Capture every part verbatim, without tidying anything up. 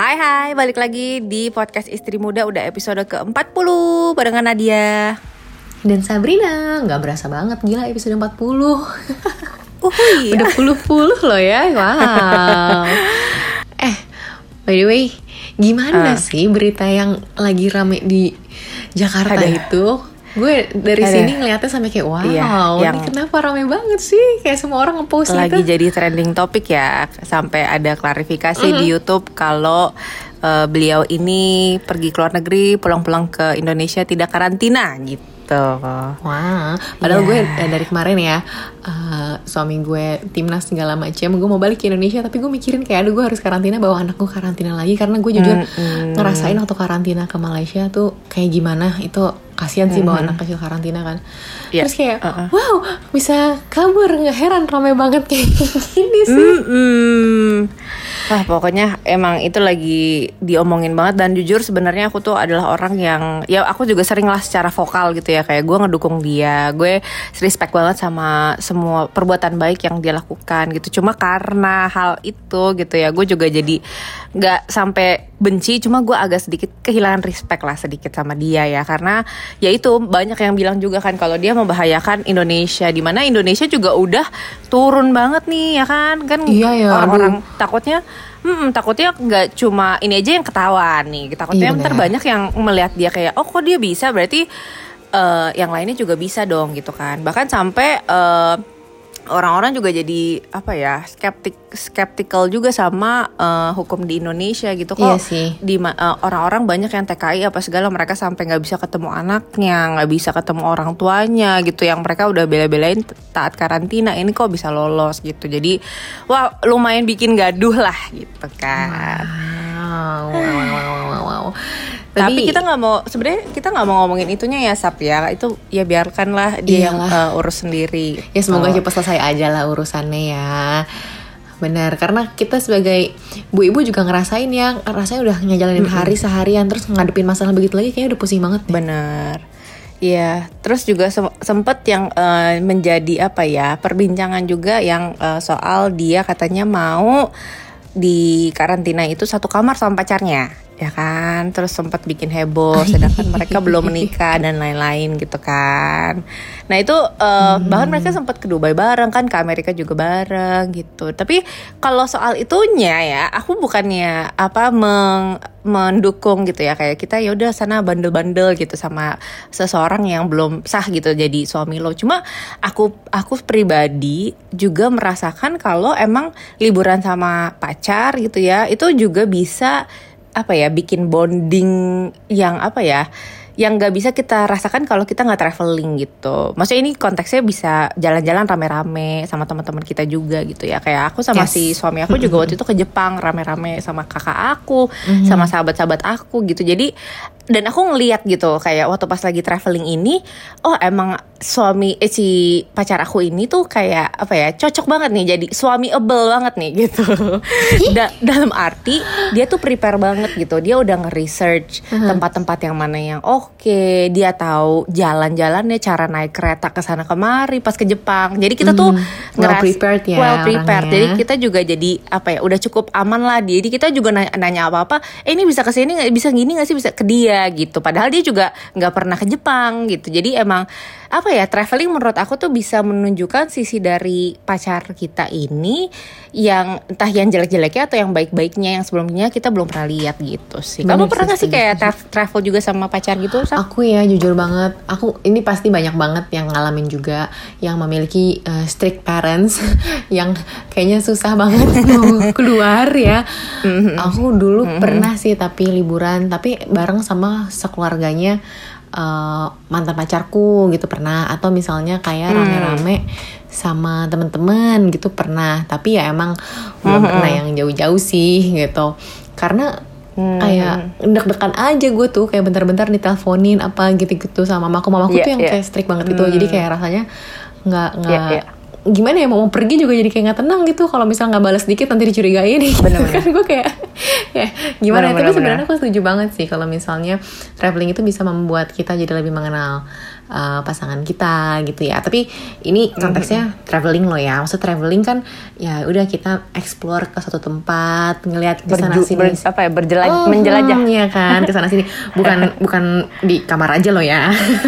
Hai hai, balik lagi di podcast Istri Muda. Udah episode ke empat puluh barengan Nadia dan Sabrina. Gak berasa banget, gila episode empat puluh. Uhuy. Udah puluh-puluh loh ya. Wow. Eh, by the way, gimana uh. sih berita yang lagi rame di Jakarta Ada. itu? Gue dari Ada. sini ngeliatnya sampai kayak wow, iya, yang ini kenapa rame banget sih? Kayak semua orang ngepost lagi gitu. Jadi trending topik ya. Sampai ada klarifikasi uh-huh. di YouTube kalau uh, beliau ini pergi ke luar negeri, pulang-pulang ke Indonesia tidak karantina gitu. Wah, padahal yeah. gue dari kemarin ya uh, suami gue timnas segala macam, gue mau balik ke Indonesia tapi gue mikirin kayak aduh gue harus karantina, bawa anak gue karantina lagi karena gue jujur mm-hmm. ngerasain waktu karantina ke Malaysia tuh kayak gimana, itu kasihan sih bawa mm-hmm. anak kecil karantina kan. Yeah. Terus kayak uh-uh. wow bisa kabur, nggak heran rame banget kayak gini sih. Mm-hmm. Wah pokoknya emang itu lagi diomongin banget, dan jujur sebenarnya aku tuh adalah orang yang ya aku juga sering lah secara vokal gitu ya, kayak gue ngedukung dia, gue respect banget sama semua perbuatan baik yang dia lakukan gitu. Cuma karena hal itu gitu ya, gue juga jadi nggak sampai benci, cuma gue agak sedikit kehilangan respect lah sedikit sama dia ya, karena ya itu banyak yang bilang juga kan kalau dia membahayakan Indonesia, dimana Indonesia juga udah turun banget nih ya kan kan iya, ya, orang-orang aduh. takutnya Hmm, takutnya nggak cuma ini aja yang ketawa nih, takutnya iya, ntar banyak yang melihat dia kayak oh kok dia bisa, berarti uh, yang lainnya juga bisa dong gitu kan. Bahkan sampai uh, orang-orang juga jadi apa ya skeptik skeptikal juga sama uh, hukum di Indonesia gitu kok. Iya sih. Di uh, orang-orang banyak yang T K I apa segala, mereka sampai nggak bisa ketemu anaknya, nggak bisa ketemu orang tuanya gitu, yang mereka udah bela-belain taat karantina, ini kok bisa lolos gitu. Jadi wah lumayan bikin gaduh lah gitu kan. Wow, wow, wow, wow, wow. Tapi, Tapi kita nggak mau, sebenarnya kita nggak mau ngomongin itunya ya Sap ya, itu ya biarkanlah dia iyalah. yang uh, urus sendiri. Ya semoga oh. cepat selesai aja lah urusannya ya. Benar, karena kita sebagai bu ibu juga ngerasain ya, rasanya udah ngejalanin mm-hmm. hari seharian terus ngadepin masalah begitu lagi kayaknya udah pusing banget. Benar. Iya, terus juga se- sempet yang uh, menjadi apa ya perbincangan juga yang uh, soal dia katanya mau di karantina itu satu kamar sama pacarnya, ya kan? Terus sempat bikin heboh, sedangkan mereka belum menikah dan lain-lain gitu kan. Nah itu uh, hmm. bahkan mereka sempat ke Dubai bareng kan, ke Amerika juga bareng gitu. Tapi kalau soal itunya ya, aku bukannya apa meng, mendukung gitu ya, kayak kita ya udah sana bandel-bandel gitu sama seseorang yang belum sah gitu jadi suami lo. Cuma aku aku pribadi juga merasakan kalau emang liburan sama pacar gitu ya, itu juga bisa apa ya bikin bonding yang apa ya yang nggak bisa kita rasakan kalau kita nggak traveling gitu. Maksudnya ini konteksnya bisa jalan-jalan rame-rame sama teman-teman kita juga gitu ya. Kayak aku sama yes. si suami aku juga waktu itu ke Jepang rame-rame sama kakak aku, mm-hmm. sama sahabat-sahabat aku gitu. Jadi dan aku ngeliat gitu kayak waktu pas lagi traveling ini, oh emang suami eh, si pacar aku ini tuh kayak apa ya cocok banget nih jadi suami-able banget nih gitu. da- dalam arti dia tuh prepare banget gitu, dia udah nge-research uh-huh. tempat-tempat yang mana yang oke, okay. dia tahu jalan-jalannya, cara naik kereta ke sana kemari pas ke Jepang. Jadi kita tuh mm, well ngeras- prepared ya well prepared. orangnya. Jadi kita juga jadi apa ya udah cukup aman lah. Jadi kita juga nanya, nanya apa-apa, eh ini bisa ke sini nggak, bisa gini nggak sih, bisa ke dia gitu. Padahal dia juga nggak pernah ke Jepang gitu. Jadi emang apa ya traveling menurut aku tuh bisa menunjukkan sisi dari pacar kita ini yang entah yang jelek-jeleknya atau yang baik-baiknya yang sebelumnya kita belum pernah lihat gitu sih. Kamu pernah nggak sih kayak tra- travel juga sama pacar gitu? Sam? Aku ya jujur banget, aku ini pasti banyak banget yang ngalamin juga yang memiliki uh, strict parents yang kayaknya susah banget mau keluar ya. Mm-hmm. Aku dulu mm-hmm. pernah sih tapi liburan, tapi bareng sama sekeluarganya. Uh, mantan pacarku gitu pernah, atau misalnya kayak hmm. rame-rame sama teman-teman gitu pernah, tapi ya emang belum hmm. pernah yang jauh-jauh sih gitu, karena hmm. kayak deg-degan aja gue tuh kayak bentar-bentar diteleponin apa gitu-gitu sama mamaku mamaku yeah, tuh yang yeah. kayak strict banget gitu, hmm. jadi kayak rasanya nggak nggak yeah, yeah. gimana ya mau pergi juga jadi kayak nggak tenang gitu kalau misalnya nggak balas dikit nanti dicurigain nih. Kan gue kayak ya gimana bener, tapi sebenarnya aku setuju banget sih kalau misalnya traveling itu bisa membuat kita jadi lebih mengenal uh, pasangan kita gitu ya. Tapi ini konteksnya mm-hmm. traveling loh ya. Maksud traveling kan ya udah kita explore ke suatu tempat, ngelihat ke sana sini. Ber, apa ya, berjelajah, oh, menjelajah ya kan ke sana sini. Bukan bukan di kamar aja loh ya.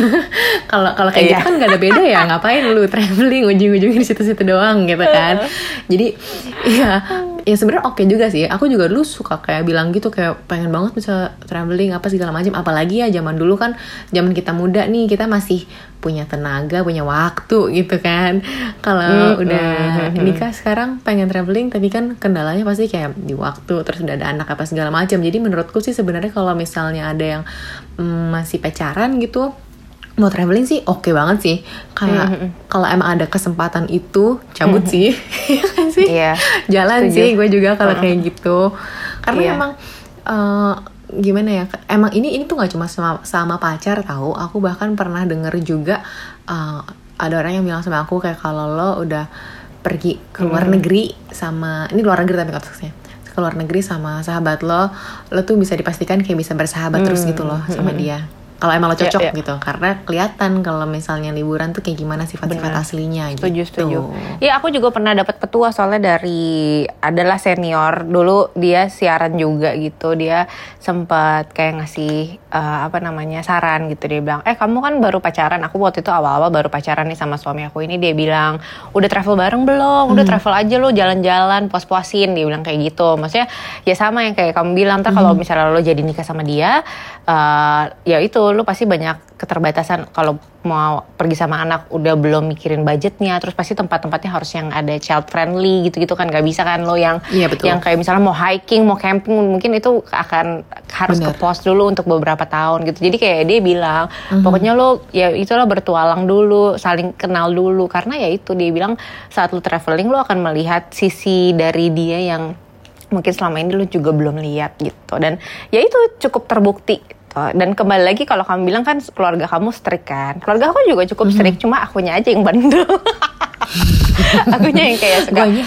Kalau kalau kayak gitu kan gak ada beda ya. Ngapain lu traveling ujung-ujungnya di situ-situ doang gitu kan. Jadi ya ya sebenarnya oke juga sih. Aku juga dulu suka kayak bilang gitu, kayak pengen banget bisa traveling apa segala macam. Apalagi ya zaman dulu kan, zaman kita muda nih, kita masih punya tenaga, punya waktu gitu kan. Kalau mm, udah mm, nikah sekarang pengen traveling, tapi kan kendalanya pasti kayak di waktu, terus udah ada anak apa segala macam. Jadi menurutku sih sebenarnya kalau misalnya ada yang mm, masih pacaran gitu, mau traveling sih oke okay banget sih. Kayak mm-hmm. kalau emang ada kesempatan itu cabut mm-hmm. sih, ya kan sih, yeah. jalan Setuju. Sih gue juga kalau mm-hmm. kayak gitu. Karena yeah. emang uh, gimana ya? Emang ini ini tuh nggak cuma sama, sama pacar tahu. Aku bahkan pernah denger juga uh, ada orang yang bilang sama aku kayak kalau lo udah pergi ke luar mm-hmm. negeri sama, ini luar negeri tapi konteksnya, ke luar negeri sama sahabat lo, lo tuh bisa dipastikan kayak bisa bersahabat mm-hmm. terus gitu loh sama mm-hmm. dia. Kalau emang lo cocok yeah, yeah. gitu, karena kelihatan kalau misalnya liburan tuh kayak gimana sifat-sifat Bener. Aslinya gitu. Setuju, setuju. Iya, aku juga pernah dapat petua soalnya dari adalah senior dulu, dia siaran juga gitu, dia sempat kayak ngasih uh, apa namanya saran gitu. Dia bilang, eh kamu kan baru pacaran, aku waktu itu awal-awal baru pacaran nih sama suami aku ini. Dia bilang, udah travel bareng belum? Udah hmm. travel aja lo, jalan-jalan, puas-puasin. Dia bilang kayak gitu. Maksudnya ya sama yang kayak kamu bilang, ntar hmm. kalau misalnya lo jadi nikah sama dia, uh, ya itu lu pasti banyak keterbatasan. Kalau mau pergi sama anak udah belum mikirin budgetnya, terus pasti tempat-tempatnya harus yang ada child friendly gitu-gitu kan, nggak bisa kan lo yang iya, betul. yang kayak misalnya mau hiking, mau camping, mungkin itu akan harus Bener. Ke pos dulu untuk beberapa tahun gitu. Jadi kayak dia bilang mm-hmm. pokoknya lo ya itulah bertualang dulu, saling kenal dulu, karena ya itu dia bilang saat lo traveling lo akan melihat sisi dari dia yang mungkin selama ini lo juga belum lihat gitu. Dan ya itu cukup terbukti. Dan kembali lagi kalau kamu bilang kan keluarga kamu strict kan, keluarga aku juga cukup strict, mm-hmm. cuma akunya aja yang bandel. Akunya yang kayak suka Guanya.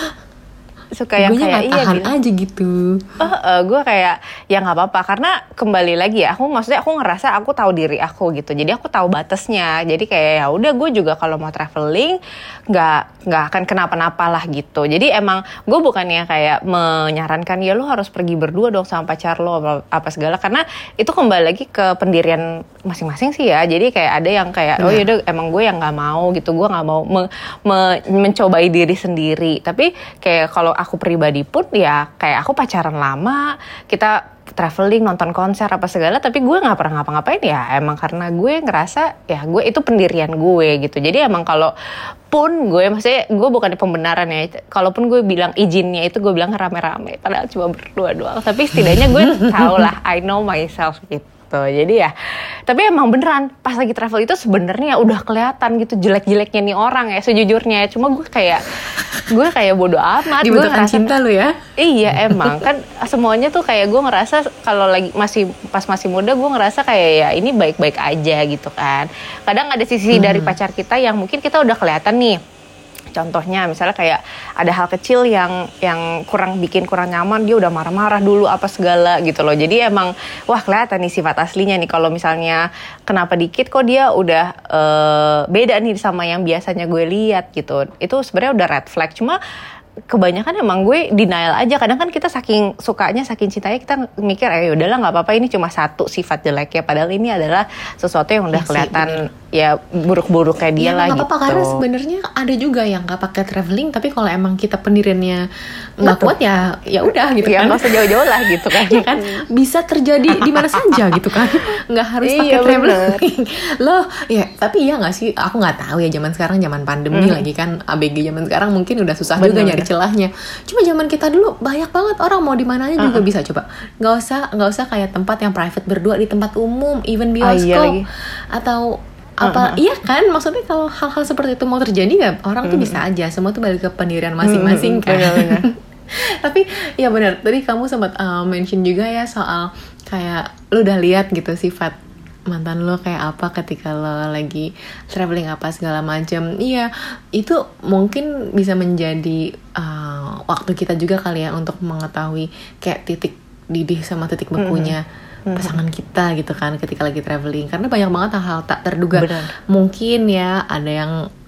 suka yang kayak iya tahan aja gitu. Uh, uh, gue kayak ya nggak apa-apa, karena kembali lagi ya aku maksudnya aku ngerasa aku tahu diri aku gitu, jadi aku tahu batasnya. Jadi kayak ya udah gue juga kalau mau traveling nggak nggak akan kenapa-napa lah gitu. Jadi emang gue bukannya kayak menyarankan ya lo harus pergi berdua dong sama pacar lo apa segala, karena itu kembali lagi ke pendirian masing-masing sih ya. Jadi kayak ada yang kayak nah. oh yaudah emang gue yang nggak mau gitu, gue nggak mau me- me- mencobai diri sendiri. Tapi kayak kalau aku pribadi pun ya kayak aku pacaran lama, kita traveling, nonton konser apa segala, tapi gue nggak pernah ngapa-ngapain ya emang karena gue ngerasa ya gue itu pendirian gue gitu. Jadi emang kalau pun gue maksudnya gue bukan di pembenaran ya, kalaupun gue bilang izinnya itu gue bilang rame-rame padahal cuma berdua doang, tapi setidaknya gue tau lah, I know myself gitu. Jadi ya, tapi emang beneran pas lagi travel itu sebenarnya udah kelihatan gitu jelek-jeleknya nih orang ya sejujurnya. Cuma gue kayak gue kayak bodo amat. Dibutuhkan cinta lu ya? Iya emang kan semuanya tuh kayak gue ngerasa kalau lagi masih pas masih muda gue ngerasa kayak ya ini baik-baik aja gitu kan. Kadang ada sisi hmm. dari pacar kita yang mungkin kita udah kelihatan nih. Contohnya misalnya kayak ada hal kecil yang yang kurang bikin kurang nyaman, dia udah marah-marah dulu apa segala gitu loh. Jadi emang wah kelihatan nih sifat aslinya nih. Kalau misalnya kenapa dikit kok dia udah uh, beda nih sama yang biasanya gue lihat gitu. Itu sebenarnya udah red flag. Cuma kebanyakan emang gue denial aja. Kadang kan kita saking sukanya, saking cintanya kita mikir eh udahlah nggak apa-apa, ini cuma satu sifat jeleknya, padahal ini adalah sesuatu yang udah ya kelihatan sih, ya buruk-buruknya dia ya, lah gitu. Ya nggak apa-apa, karena sebenarnya ada juga yang nggak pakai traveling, tapi kalau emang kita pendiriannya nggak kuat ya ya udah gitu ya, kan. Nggak usah jauh-jauh lah gitu kan. Ya kan bisa terjadi di mana saja gitu kan. Nggak harus pakai iya, traveling. Loh ya tapi iya nggak sih, aku nggak tahu ya zaman sekarang, zaman pandemi hmm. lagi kan, A B G zaman sekarang mungkin udah susah Bener. Juga nyari celahnya. Cuma zaman kita dulu banyak banget orang mau di mananya uh-uh. juga bisa coba. Nggak usah nggak usah kayak tempat yang private berdua di tempat umum, even bioskop oh, iya atau apa uh-huh. iya kan, maksudnya kalau hal-hal seperti itu mau terjadi ya orang uh-huh. tuh bisa aja. Semua tuh balik ke pendirian masing-masing uh-huh. kan. Benar-benar. Tapi ya benar, tadi kamu sempat uh, mention juga ya soal kayak lu udah lihat gitu sifat mantan lo kayak apa ketika lo lagi traveling apa segala macam. Iya, itu mungkin bisa menjadi uh, waktu kita juga kali ya untuk mengetahui kayak titik didih sama titik bekunya mm-hmm. pasangan kita gitu kan ketika lagi traveling, karena banyak banget hal-hal tak terduga. Bener. Mungkin ya ada yang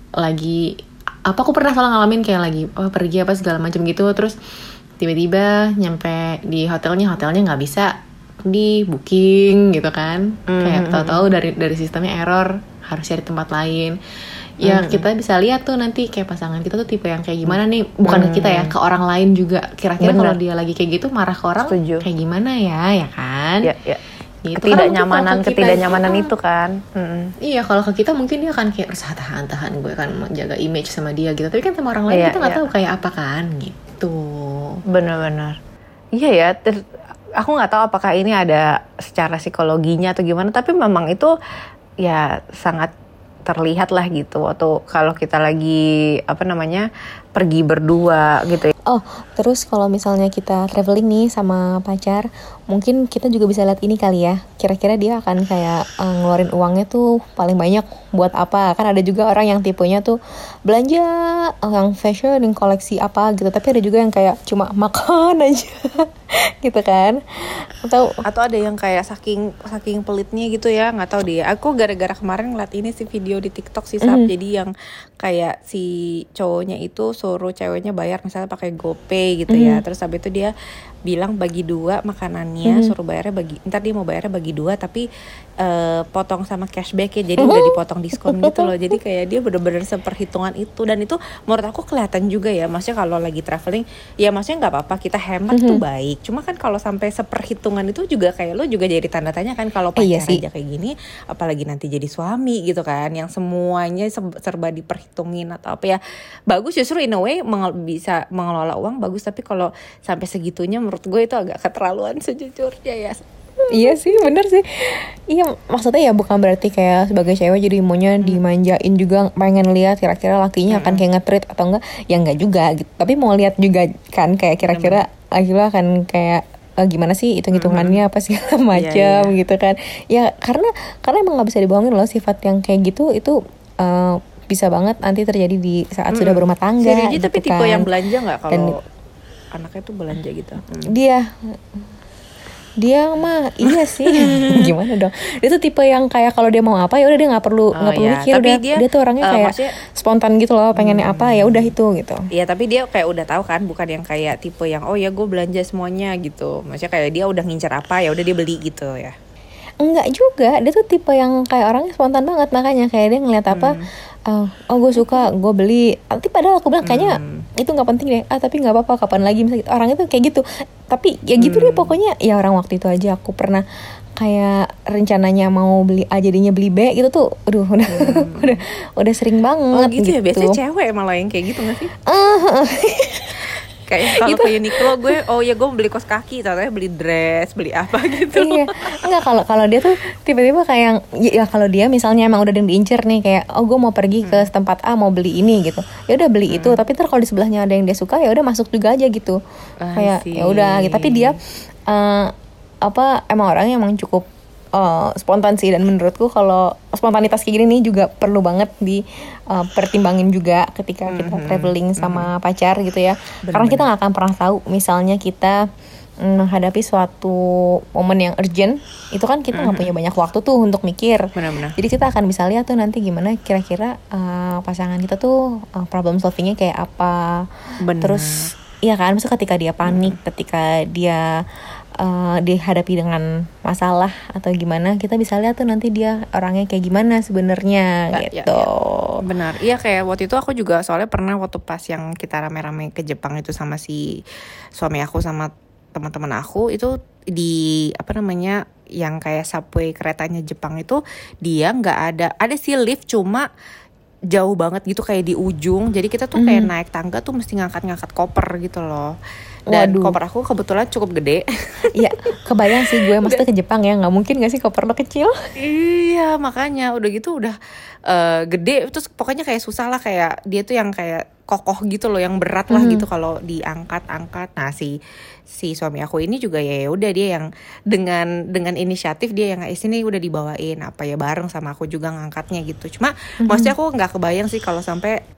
lagi apa aku pernah salah ngalamin kayak lagi oh, pergi apa segala macam gitu, terus tiba-tiba nyampe di hotelnya hotelnya nggak bisa di booking gitu kan, mm-hmm. kayak tahu-tahu dari dari sistemnya error, harus cari tempat lain. Ya mm-hmm. kita bisa lihat tuh nanti kayak pasangan kita tuh tipe yang kayak gimana nih, bukan mm-hmm. ke kita ya, ke orang lain juga. Kira-kira kalau dia lagi kayak gitu marah ke orang, Setuju. kayak gimana ya, ya kan? Ya, ya. Gitu. Ketidaknyamanan, ketidaknyamanan kita, itu kan. Mm-hmm. Iya, kalau ke kita mungkin dia akan kayak usaha tahan-tahan, gue kan menjaga image sama dia gitu. Tapi kan sama orang lain yeah, kita nggak yeah. tahu kayak apa kan, gitu. Benar-benar. Iya ya. Ter- aku nggak tahu apakah ini ada secara psikologinya atau gimana. Tapi memang itu ya sangat terlihat lah gitu waktu kalau kita lagi apa namanya pergi berdua gitu ya. Oh, terus kalau misalnya kita traveling nih sama pacar, mungkin kita juga bisa lihat ini kali ya. Kira-kira dia akan kayak uh, ngeluarin uangnya tuh paling banyak buat apa? Kan ada juga orang yang tipenya tuh belanja uh, yang fashion, yang koleksi apa gitu. Tapi ada juga yang kayak cuma makan aja, gitu kan? Atau atau ada yang kayak saking saking pelitnya gitu ya, nggak tahu deh. Aku gara-gara kemarin ngeliat ini sih video di TikTok sih, mm-hmm. jadi yang kayak si cowoknya itu suruh ceweknya bayar misalnya pakai GoPay gitu mm-hmm. ya. Terus habis itu dia bilang bagi dua makanannya, mm-hmm. suruh bayarnya bagi, ntar dia mau bayarnya bagi dua tapi uh, potong sama cashback ya, jadi mm-hmm. udah dipotong diskon gitu loh. Jadi kayak dia bener-bener seperhitungan itu, dan itu menurut aku kelihatan juga ya. Maksudnya kalau lagi traveling ya maksudnya nggak apa-apa kita hemat mm-hmm. tuh baik. Cuma kan kalau sampai seperhitungan itu juga kayak lo juga jadi tanda tanya kan kalau pacar eh, iya aja kayak gini, apalagi nanti jadi suami gitu kan, yang semuanya serba diperhitungin atau apa ya. Bagus justru in a way menge- bisa mengelola uang bagus, tapi kalau sampai segitunya menurut gue itu agak keterlaluan sejujurnya ya. Iya sih, bener sih. Iya, maksudnya ya bukan berarti kayak sebagai cewek jadi maunya hmm. dimanjain juga, pengen lihat kira-kira lakinya hmm. akan kayak nge-treat atau enggak. Ya enggak juga gitu. Tapi mau lihat juga kan kayak kira-kira laki lo akan kayak uh, gimana sih hitung-hitungannya apa segala macam yeah, yeah. gitu kan. Ya karena karena emang nggak bisa dibohongin loh, sifat yang kayak gitu itu uh, bisa banget nanti terjadi di saat hmm. sudah berumah tangga. Jadi gitu tapi tipe kan. yang belanja nggak kalau anaknya tuh belanja gitu? Hmm. Dia dia mah iya sih. Gimana dong? Dia tuh tipe yang kayak kalau dia mau apa ya udah dia nggak perlu nggak oh, perlu mikir. Dia, dia dia tuh orangnya uh, kayak spontan gitu loh, pengennya hmm. apa ya udah itu gitu. Iya, tapi dia kayak udah tahu kan, bukan yang kayak tipe yang oh ya gue belanja semuanya gitu. Maksudnya kayak dia udah ngincer apa ya udah dia beli gitu ya. Enggak juga, dia tuh tipe yang kayak orangnya spontan banget, makanya kayak dia ngeliat apa hmm. uh, oh gue suka gue beli. Tapi padahal aku bilang kayaknya hmm. itu nggak penting deh, ah tapi nggak apa-apa kapan lagi misalnya. Orangnya tuh kayak gitu, tapi ya gitu hmm. deh pokoknya. Ya orang waktu itu aja aku pernah kayak rencananya mau beli A jadinya beli B gitu tuh, aduh udah hmm. udah udah sering banget. Oh gitu, gitu. Ya biasanya cewek malah yang kayak gitu nggak sih? Uh, kayak kalau ke Uniqlo gue oh ya gue beli kaos kaki, ternyata beli dress, beli apa gitu. Iya. Enggak, kalau kalau dia tuh tiba-tiba kayak yang ya kalau dia misalnya emang udah ada yang diincer nih kayak oh gue mau pergi hmm. ke tempat A mau beli ini gitu. Ya udah beli hmm. itu, tapi ntar kalau di sebelahnya ada yang dia suka ya udah masuk juga aja gitu. Ah, kayak ya udah gitu. Tapi dia uh, apa emang orangnya emang cukup Uh, spontan sih, dan menurutku kalau spontanitas kayak gini nih juga perlu banget dipertimbangin uh, juga ketika mm-hmm. kita traveling sama mm-hmm. pacar gitu ya. Bener-bener. Karena kita nggak akan pernah tahu misalnya kita menghadapi suatu momen yang urgent, itu kan kita nggak mm-hmm. punya banyak waktu tuh untuk mikir. Bener-bener. Jadi kita akan bisa lihat tuh nanti gimana kira-kira uh, pasangan kita tuh uh, problem solvingnya kayak apa. Bener. Terus iya kan, maksudnya ketika dia panik, mm-hmm. ketika dia Uh, dihadapi dengan masalah atau gimana, kita bisa lihat tuh nanti dia orangnya kayak gimana sebenarnya ya, gitu. Ya, ya. Benar. Iya kayak waktu itu aku juga soalnya pernah waktu pas yang kita rame-rame ke Jepang itu sama si suami aku sama teman-teman aku itu di apa namanya yang kayak subway keretanya Jepang itu dia nggak ada ada sih lift cuma jauh banget gitu kayak di ujung. Jadi kita tuh kayak mm. naik tangga tuh mesti ngangkat-ngangkat koper gitu loh. Dan Waduh. Koper aku kebetulan cukup gede. Iya, kebayang sih gue maksudnya ke Jepang ya, nggak mungkin nggak sih koper lo kecil? Iya, makanya udah gitu udah uh, gede, terus pokoknya kayak susah lah, kayak dia tuh yang kayak kokoh gitu loh, yang berat lah hmm. gitu kalau diangkat-angkat. Nah si si suami aku ini juga ya udah dia yang dengan dengan inisiatif dia yang sini udah dibawain apa ya bareng sama aku juga ngangkatnya gitu. Cuma hmm. maksudnya aku nggak kebayang sih kalau sampai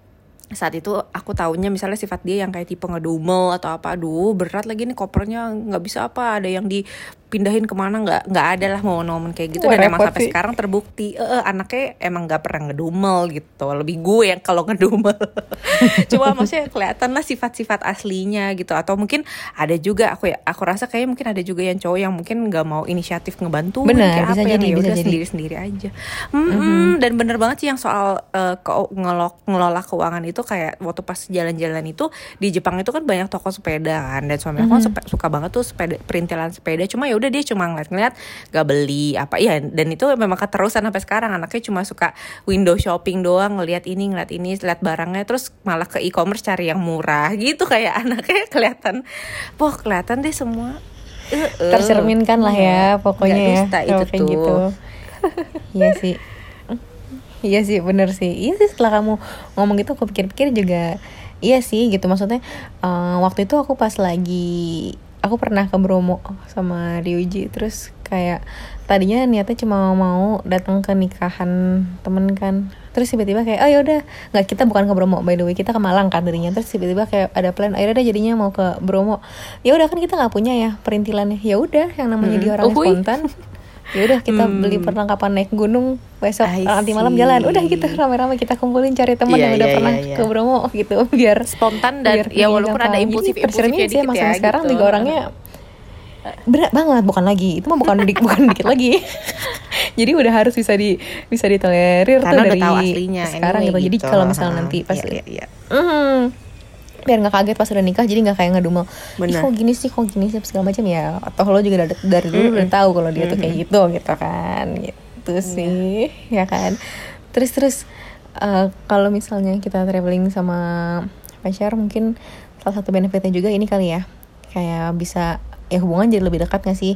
saat itu aku taunya misalnya sifat dia yang kayak tipe ngedumel atau apa, aduh berat lagi nih kopernya, nggak bisa apa, ada yang dipindahin kemana, nggak nggak ada lah momen-momen kayak gitu. Wah, Dan emang repot sampai sih. sekarang terbukti eh, anaknya emang nggak pernah ngedumel gitu, lebih gue yang kalau ngedumel. Cuma maksudnya kelihatan lah sifat-sifat aslinya gitu. Atau mungkin ada juga aku ya aku rasa kayaknya mungkin ada juga yang cowok yang mungkin nggak mau inisiatif ngebantu, Benar, kayak bisa apa jadi, yang ya bisa udah jadi. sendiri-sendiri aja. Mm-mm. Dan bener banget sih yang soal uh, ke- ngelola, ngelola keuangan itu, kayak waktu pas jalan-jalan itu di Jepang itu kan banyak toko sepeda kan, dan suami aku kan suka, suka banget tuh sepeda, perintilan sepeda. Cuma ya udah dia cuma ngeliat-ngeliat, gak beli apa ya. Dan itu memang keterusan sampai sekarang, anaknya cuma suka window shopping doang, ngeliat ini ngeliat ini, lihat barangnya, terus malah ke e-commerce cari yang murah gitu. Kayak anaknya kelihatan, wah kelihatan deh semua uh, uh. Tercerminkan lah ya pokoknya Nggak ya dusta kalau itu kayak tuh. gitu. Iya sih. Iya sih, bener sih. Iya sih, setelah kamu ngomong gitu aku pikir-pikir juga iya sih gitu. Maksudnya uh, waktu itu aku pas lagi, aku pernah ke Bromo sama Ryuji. Terus kayak tadinya niatnya cuma mau datang ke nikahan temen kan. Terus tiba-tiba kayak oh yaudah, nggak, kita bukan ke Bromo by the way, kita ke Malang kan tadinya. Terus tiba-tiba kayak ada plan, akhirnya jadinya mau ke Bromo. Ya udah kan kita nggak punya ya perintilannya. Ya udah, yang namanya Hmm. dia orang Uhuy. spontan. Ya udah kita Hmm. beli perlengkapan naik gunung, besok I nanti malam see. jalan. Udah gitu rame-rame kita kumpulin, cari teman Iya, yang udah iya, pernah iya, iya. ke Bromo gitu, biar Spontan dan biar ya ini walaupun gampang. ada Jadi impulsif-impulsifnya tercermin sih dikit emang ya sampai sekarang gitu. juga orangnya berat banget, bukan lagi itu mah bukan di, bukan dikit lagi. Jadi udah harus bisa di bisa ditolerir Karena tuh udah dari tahu aslinya sekarang anyway gitu. Jadi gitu. kalau misalnya Ha-ha. nanti pas Iya, iya, iya. Mhm. biar nggak kaget pas udah nikah, jadi nggak kayak ngedumel, ih Bener. kok gini sih, kok gini sih segala macam ya. Atau lo juga dari, dari dulu udah tahu kalau dia tuh kayak gitu gitu kan, gitu sih ya kan. Terus terus uh, kalau misalnya kita traveling sama pacar, mungkin salah satu benefitnya juga ini kali ya, kayak bisa ya hubungan jadi lebih dekat nggak sih,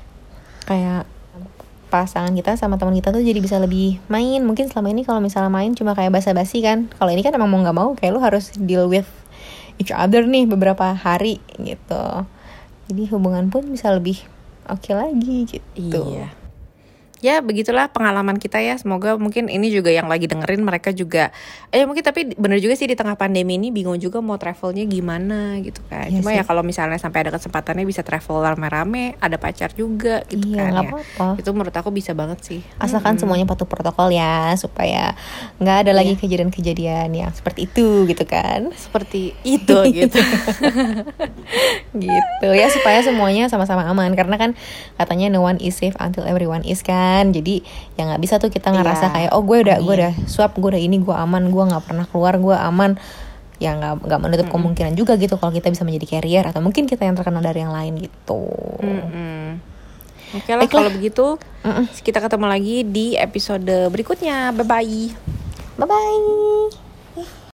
kayak pasangan kita sama teman kita tuh jadi bisa lebih main. Mungkin selama ini kalau misalnya main cuma kayak basa-basi kan, kalau ini kan emang mau nggak mau kayak lu harus deal with each other nih beberapa hari gitu. Jadi hubungan pun bisa lebih oke lagi gitu. Iya. Ya begitulah pengalaman kita ya. Semoga mungkin ini juga yang lagi dengerin mereka juga eh mungkin, tapi bener juga sih di tengah pandemi ini bingung juga mau travelnya gimana gitu kan. Iya Cuma sih. ya kalau misalnya sampai ada kesempatannya bisa travel rame-rame, ada pacar juga gitu Iya, kan nggak ya. apa-apa. Itu menurut aku bisa banget sih. Asalkan semuanya patuh protokol ya, supaya nggak ada lagi kejadian-kejadian yang seperti itu gitu kan. Seperti itu gitu. Gitu ya, supaya semuanya sama-sama aman, karena kan katanya no one is safe until everyone is kan. Jadi ya nggak bisa tuh kita Iya. ngerasa kayak oh gue udah gue Amin. udah swab, gue udah ini, gue aman, gue nggak pernah keluar, gue aman. Ya nggak nggak menutup kemungkinan juga gitu kalau kita bisa menjadi carrier, atau mungkin kita yang terkena dari yang lain gitu. Mm-mm. Oke lah Baiklah. kalau begitu Mm-mm. kita ketemu lagi di episode berikutnya. Bye bye. Bye bye.